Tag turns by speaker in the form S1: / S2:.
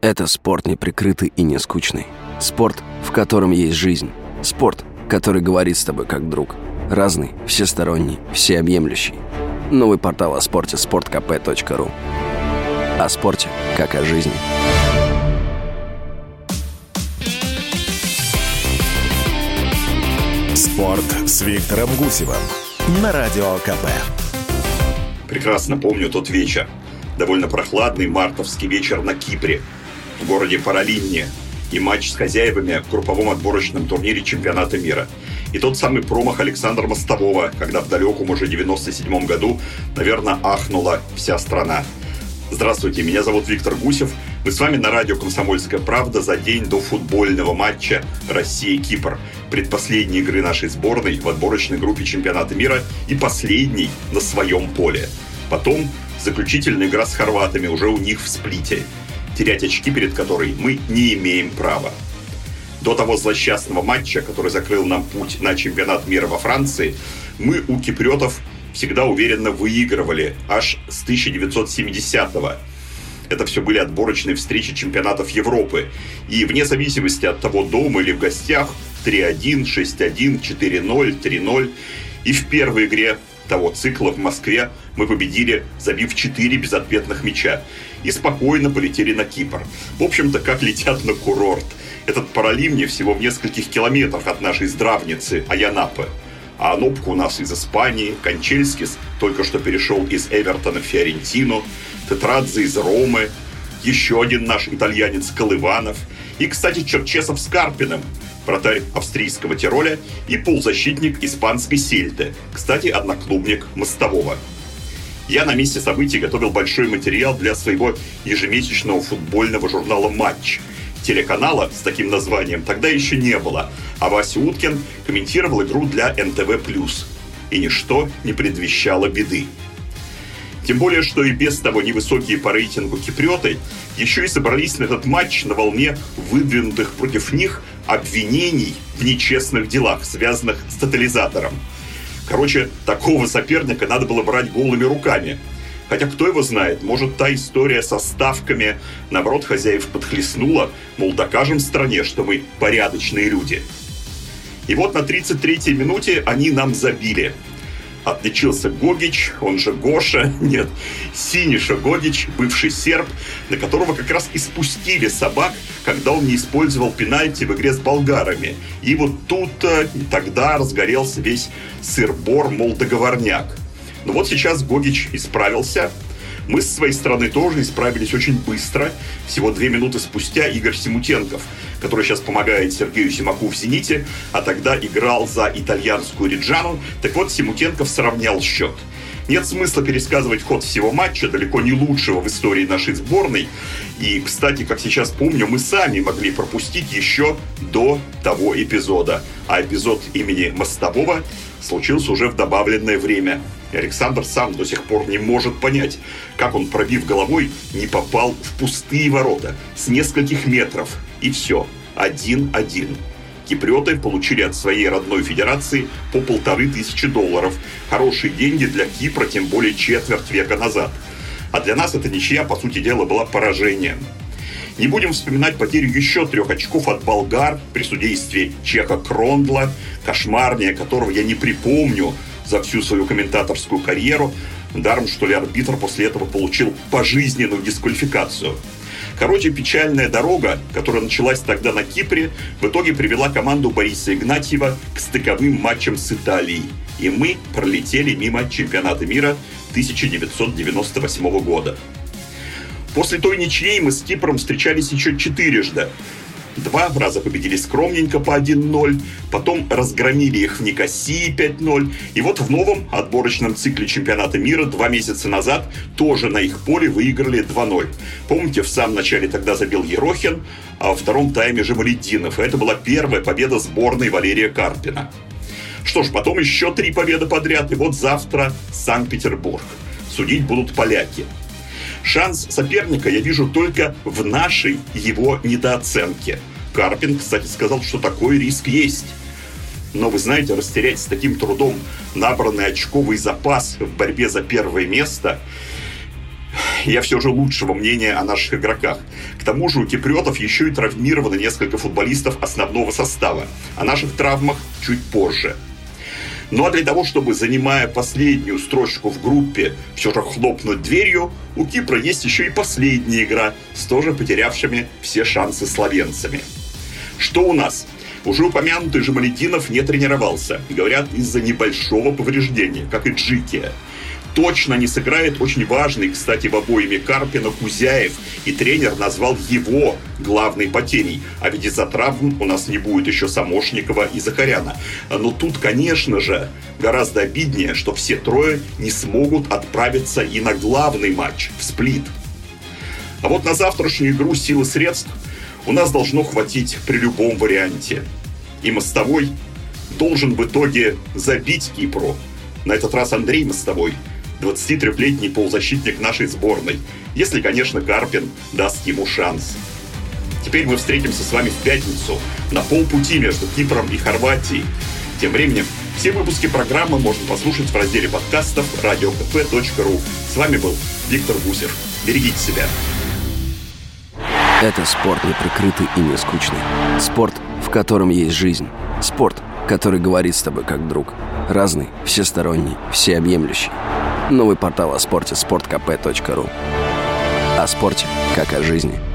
S1: Это спорт неприкрытый и не скучный. Спорт, в котором есть жизнь. Спорт, который говорит с тобой как друг. Разный, всесторонний, всеобъемлющий. Новый портал о спорте – sportkp.ru. О спорте, как о жизни.
S2: Спорт с Виктором Гусевым на Радио КП.
S3: Прекрасно помню тот вечер. Довольно прохладный мартовский вечер на Кипре, в городе Паралинне, и матч с хозяевами в групповом отборочном турнире чемпионата мира. И тот самый промах Александра Мостового, когда в далеком уже 97-м году, наверное, ахнула вся страна. Здравствуйте, меня зовут Виктор Гусев. Мы с вами на радио «Комсомольская правда» за день до футбольного матча Россия-Кипр. Предпоследней игры нашей сборной в отборочной группе чемпионата мира и последней на своем поле. Потом заключительная игра с хорватами уже у них в Сплите, терять очки перед которой мы не имеем права. До того злосчастного матча, который закрыл нам путь на чемпионат мира во Франции, мы у киприотов всегда уверенно выигрывали аж с 1970-го. Это все были отборочные встречи чемпионатов Европы. И вне зависимости от того, дома или в гостях, 3-1, 6-1, 4-0, 3-0. И в первой игре того цикла в Москве мы победили, забив 4 безответных мяча. И спокойно полетели на Кипр. В общем-то, как летят на курорт. Этот Паралимне всего в нескольких километрах от нашей здравницы Аянапы. А Анопка у нас из Испании, Кончельскис только что перешел из Эвертона в Фиорентину, Тетрадзе из Ромы, еще один наш итальянец Колыванов и, кстати, Черчесов с Карпиным, вратарь австрийского Тироля и полузащитник испанской Сельты, кстати, одноклубник Мостового. Я на месте событий готовил большой материал для своего ежемесячного футбольного журнала «Матч». Телеканала с таким названием тогда еще не было, а Вася Уткин комментировал игру для НТВ+. И ничто не предвещало беды. Тем более, что и без того невысокие по рейтингу киприоты еще и собрались на этот матч на волне выдвинутых против них обвинений в нечестных делах, связанных с тотализатором. Короче, такого соперника надо было брать голыми руками. Хотя кто его знает, может, та история со ставками, наоборот, хозяев подхлестнула, мол, докажем стране, что мы порядочные люди. И вот на 33-й минуте они нам забили. Отличился Гогич, он же Гоша, нет, Синиша Гогич, бывший серб, на которого как раз и спустили собак, когда он не использовал пенальти в игре с болгарами. И вот тут-то и тогда разгорелся весь сыр-бор, мол, договорняк. Но вот сейчас Гогич исправился. Мы с своей стороны тоже исправились очень быстро. Всего 2 минуты спустя Игорь Симутенков, который сейчас помогает Сергею Симаку в «Зените», а тогда играл за итальянскую Реджану. Так вот, Симутенков сравнял счет. Нет смысла пересказывать ход всего матча, далеко не лучшего в истории нашей сборной. И, кстати, как сейчас помню, мы сами могли пропустить еще до того эпизода. А эпизод имени Мостового случился уже в добавленное время. И Александр сам до сих пор не может понять, как он, пробив головой, не попал в пустые ворота с нескольких метров. И все. 1-1. Киприоты получили от своей родной федерации по $1500. Хорошие деньги для Кипра, тем более четверть века назад. А для нас эта ничья, по сути дела, была поражением. Не будем вспоминать потерю еще 3 очков от болгар при судействе чеха Крондла, кошмарнее которого я не припомню за всю свою комментаторскую карьеру. Даром, что ли, арбитр после этого получил пожизненную дисквалификацию. Короче, печальная дорога, которая началась тогда на Кипре, в итоге привела команду Бориса Игнатьева к стыковым матчам с Италией. И мы пролетели мимо чемпионата мира 1998 года. После той ничьей мы с Кипром встречались еще 4-жды. 2 раза победили скромненько по 1-0, потом разгромили их в Никосии 5-0, и вот в новом отборочном цикле чемпионата мира 2 месяца назад тоже на их поле выиграли 2-0. Помните, в самом начале тогда забил Ерохин, а во втором тайме Жамалетдинов. И это была первая победа сборной Валерия Карпина. Что ж, потом еще 3 победы подряд, и вот завтра Санкт-Петербург. Судить будут поляки. Шанс соперника я вижу только в нашей его недооценке. Карпин, кстати, сказал, что такой риск есть. Но, вы знаете, растерять с таким трудом набранный очковый запас в борьбе за первое место я все же лучшего мнения о наших игроках. К тому же у киприотов еще и травмировано несколько футболистов основного состава. О наших травмах чуть позже. Ну а для того, чтобы, занимая последнюю строчку в группе, все же хлопнуть дверью, у Кипра есть еще и последняя игра с тоже потерявшими все шансы словенцами. Что у нас? Уже упомянутый Жамалетдинов не тренировался, говорят, из-за небольшого повреждения, как и Джикия. Точно не сыграет очень важный, кстати, в обоими Карпина Кузяев, и тренер назвал его главной потерей. А ведь из-за травм у нас не будет еще Самошникова и Захаряна. Но тут, конечно же, гораздо обиднее, что все трое не смогут отправиться и на главный матч в Сплит. А вот на завтрашнюю игру сил и средств у нас должно хватить при любом варианте. И Мостовой должен в итоге забить Кипру. На этот раз Андрей Мостовой, 23-летний полузащитник нашей сборной, если, конечно, Карпин даст ему шанс. Теперь мы встретимся с вами в пятницу на полпути между Кипром и Хорватией. Тем временем все выпуски программы можно послушать в разделе подкастов radiokp.ru. С вами был Виктор Гусев. Берегите себя.
S1: Это спорт неприкрытый и не скучный. Спорт, в котором есть жизнь. Спорт, который говорит с тобой как друг. Разный, всесторонний, всеобъемлющий. Новый портал о спорте – sportkp.ru. О спорте, как о жизни.